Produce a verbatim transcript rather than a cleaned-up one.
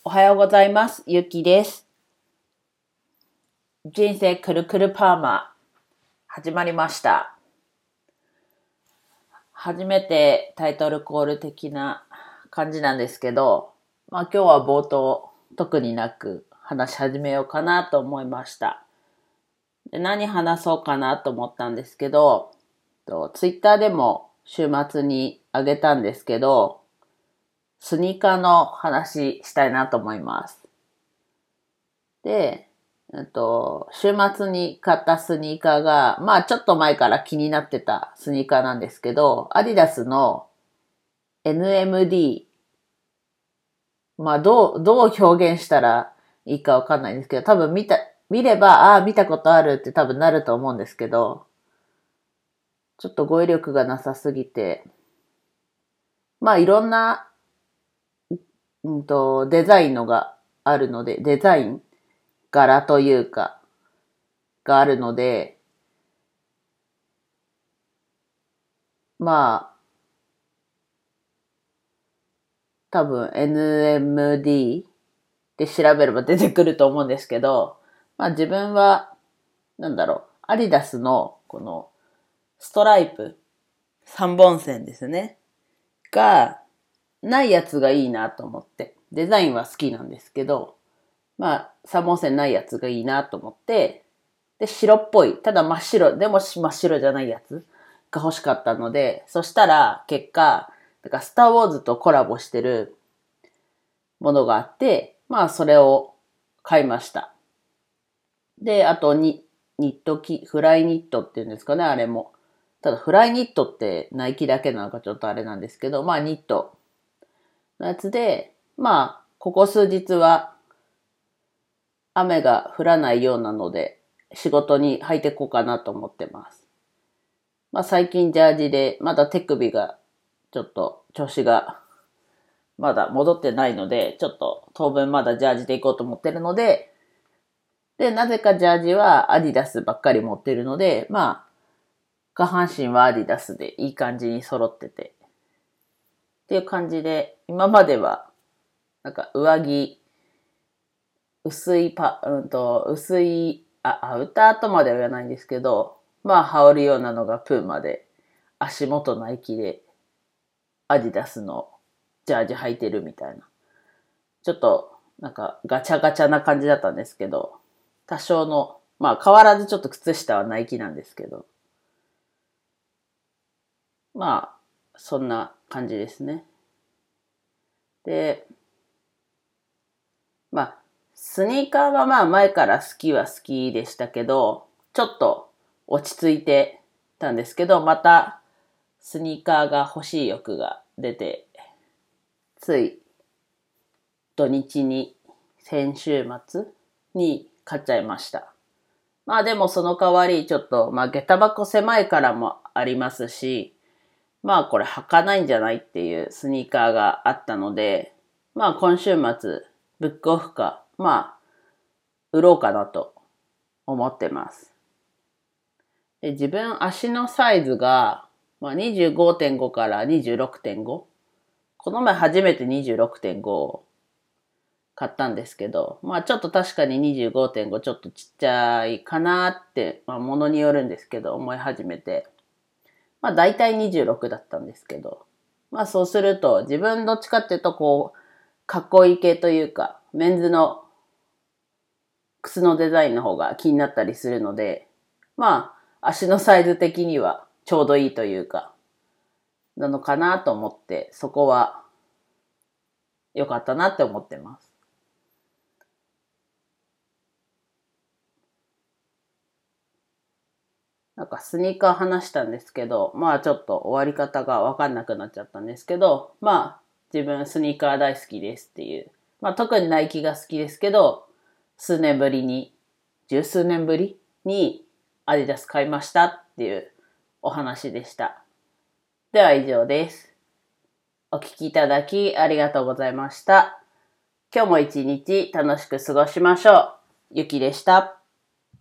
おはようございます。ゆきです。人生くるくるパーマ始まりました。初めてタイトルコール的な感じなんですけど、まあ今日は冒頭特になく話し始めようかなと思いました。で、何話そうかなと思ったんですけど、ツイッターでも週末にあげたんですけど、スニーカーの話したいなと思います。で、えっと、週末に買ったスニーカーが、まあちょっと前から気になってたスニーカーなんですけど、アディダスの エヌエムディー、まあどう、どう表現したらいいかわかんないんですけど、多分見た、見れば、ああ、見たことあるって多分なると思うんですけど、ちょっと語彙力がなさすぎて、まあいろんな、うんと、デザインのがあるので、デザイン柄というか、があるので、まあ、多分 エヌエムディー で調べれば出てくると思うんですけど、まあ自分は、なんだろう、アディダスのこのストライプ、三本線ですね。が、ないやつがいいなと思って。デザインは好きなんですけど、まあ三本線ないやつがいいなと思って、で、白っぽい、ただ真っ白、でも真っ白じゃないやつが欲しかったので、そしたら結果、だからスターウォーズとコラボしてるものがあって、まあそれを買いました。で、あとに、ニットき、フライニットっていうんですかね、あれも。ただフライニットってナイキだけなのかちょっとあれなんですけど、まあニットのやつで、まあ、ここ数日は雨が降らないようなので、仕事に履いていこうかなと思ってます。まあ最近ジャージで、まだ手首がちょっと調子がまだ戻ってないので、ちょっと当分まだジャージで行こうと思ってるので、で、なぜかジャージはアディダスばっかり持ってるので、まあ、下半身はアディダスでいい感じに揃ってて。っていう感じで、今までは、なんか上着、薄いパ、うんと、薄い、あ、アウターとまでは言わないんですけど、まあ、羽織るようなのがプーマで、足元ナイキで、アディダスのジャージ履いてるみたいな。ちょっと、なんかガチャガチャな感じだったんですけど、多少の、まあ変わらずちょっと靴下はナイキなんですけど、まあ、そんな感じですね。で、まあ、スニーカーはまあ前から好きは好きでしたけど、ちょっと落ち着いてたんですけど、またスニーカーが欲しい欲が出て、つい土日に先週末に買っちゃいました。まあでもその代わりちょっと、まあ下駄箱狭いからもありますし、まあこれ履かないんじゃないっていうスニーカーがあったので、まあ今週末ブックオフか、まあ売ろうかなと思ってます。で、自分足のサイズが、まあ、にじゅうごてんごからにじゅうろくてんご。この前初めてにじゅうろくてんごを買ったんですけど、まあちょっと確かににじゅうごてんごちょっとちっちゃいかなって、まあものによるんですけど思い始めて、まあ大体にじゅうろくだったんですけど、まあそうすると自分どっちかっていうとこう、かっこいい系というか、メンズの靴のデザインの方が気になったりするので、まあ足のサイズ的にはちょうどいいというか、なのかなと思って、そこは良かったなって思ってます。なんかスニーカー話したんですけど、まあちょっと終わり方がわかんなくなっちゃったんですけど、まあ自分スニーカー大好きですっていう。まあ特にナイキが好きですけど、数年ぶりに、十数年ぶりにアディダス買いましたっていうお話でした。では以上です。お聞きいただきありがとうございました。今日も一日楽しく過ごしましょう。ゆきでした。